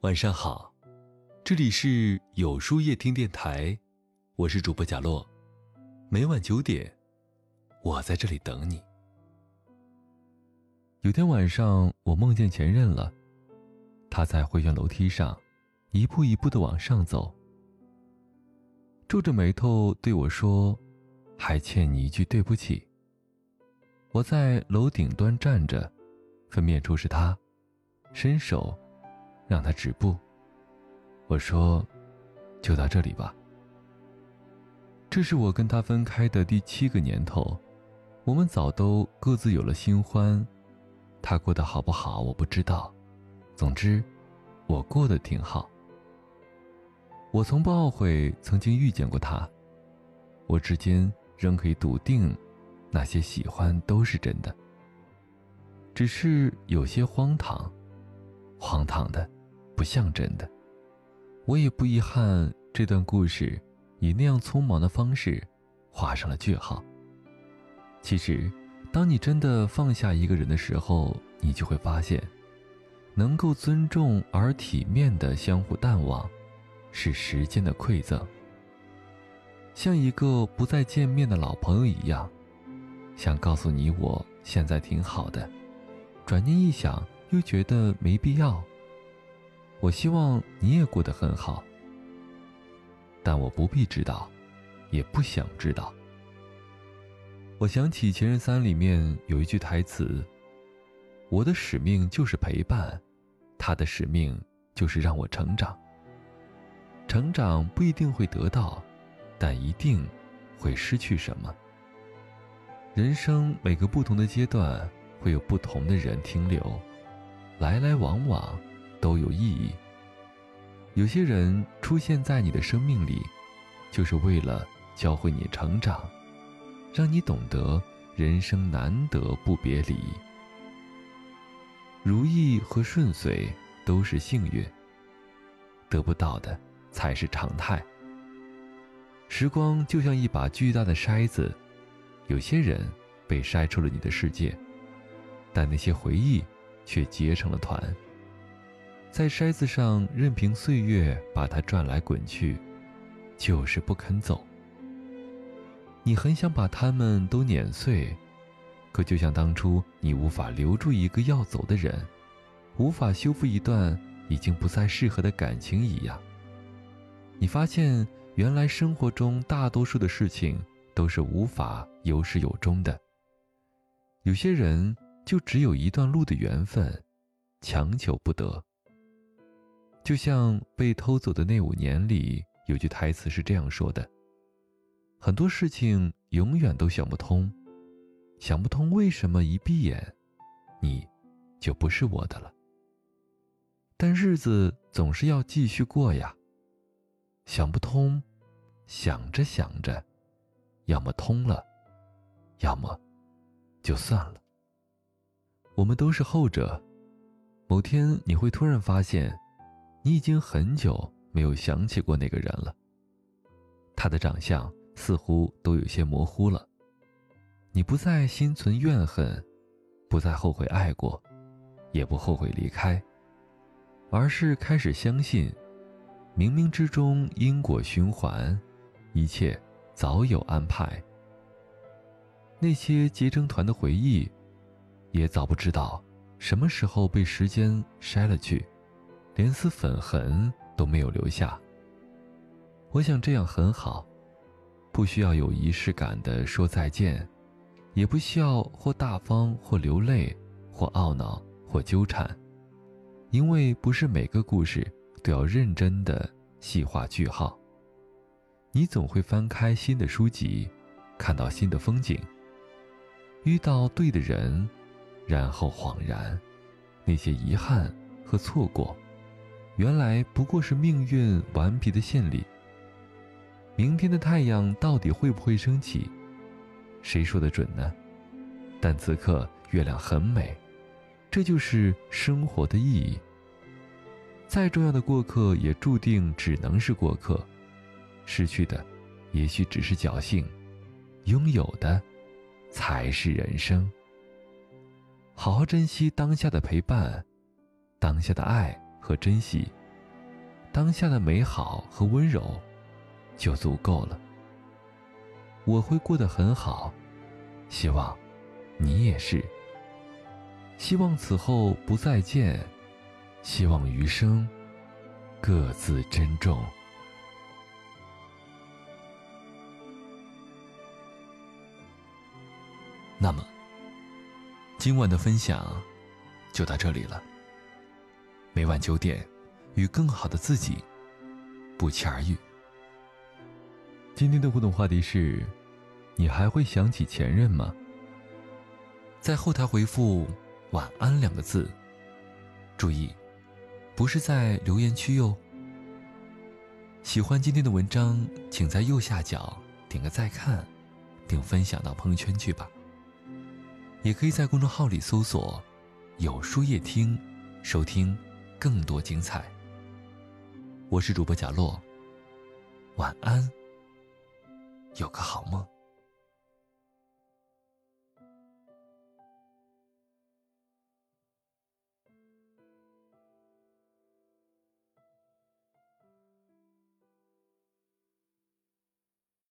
晚上好，这里是有书夜听电台，我是主播贾洛，每晚9点，我在这里等你。有天晚上，我梦见前任了，他在回旋楼梯上，一步一步地往上走，皱着眉头对我说，还欠你一句对不起。我在楼顶端站着，分辨出是他，伸手让他止步。我说，就到这里吧。这是我跟他分开的第7个年头，我们早都各自有了新欢，他过得好不好我不知道，总之我过得挺好。我从不懊悔曾经遇见过他，我至今仍可以笃定那些喜欢都是真的，只是有些荒唐，荒唐的不像真的。我也不遗憾这段故事以那样匆忙的方式画上了句号。其实当你真的放下一个人的时候，你就会发现，能够尊重而体面的相互淡忘，是时间的馈赠。像一个不再见面的老朋友一样，想告诉你我现在挺好的，转念一想又觉得没必要。我希望你也过得很好，但我不必知道，也不想知道。我想起《前任3》里面有一句台词，我的使命就是陪伴，他的使命就是让我成长。成长不一定会得到，但一定会失去什么。人生每个不同的阶段会有不同的人停留，来来往往都有意义。有些人出现在你的生命里，就是为了教会你成长，让你懂得人生难得不别离。如意和顺遂都是幸运，得不到的才是常态。时光就像一把巨大的筛子，有些人被筛出了你的世界，但那些回忆却结成了团，在筛子上任凭岁月把它转来滚去，就是不肯走。你很想把它们都碾碎，可就像当初你无法留住一个要走的人，无法修复一段已经不再适合的感情一样。你发现原来生活中大多数的事情都是无法有始有终的，有些人就只有一段路的缘分，强求不得。就像被偷走的那5年里有句台词是这样说的，很多事情永远都想不通，想不通为什么一闭眼你就不是我的了，但日子总是要继续过呀。想不通，想着想着，要么通了，要么就算了。我们都是后者，某天你会突然发现，你已经很久没有想起过那个人了，他的长相似乎都有些模糊了。你不再心存怨恨，不再后悔爱过，也不后悔离开，而是开始相信冥冥之中因果循环，一切早有安排。那些结成团的回忆，也早不知道什么时候被时间筛了去，连丝粉痕都没有留下。我想这样很好，不需要有仪式感的说再见，也不需要或大方或流泪或懊恼或纠缠，因为不是每个故事都要认真的细画句号。你总会翻开新的书籍，看到新的风景，遇到对的人，然后恍然，那些遗憾和错过，原来不过是命运顽皮的献礼。明天的太阳到底会不会升起，谁说得准呢？但此刻月亮很美，这就是生活的意义。再重要的过客也注定只能是过客，失去的也许只是侥幸，拥有的才是人生。好好珍惜当下的陪伴，当下的爱和珍惜当下的美好和温柔就足够了。我会过得很好，希望你也是。希望此后不再见，希望余生各自珍重。那么，今晚的分享就到这里了。每晚9点，与更好的自己不期而遇。今天的互动话题是：你还会想起前任吗？在后台回复晚安2个字，注意，不是在留言区哟。喜欢今天的文章，请在右下角点个再看，并分享到朋友圈去吧。也可以在公众号里搜索有书夜听，收听更多精彩。我是主播贾洛，晚安，有个好梦。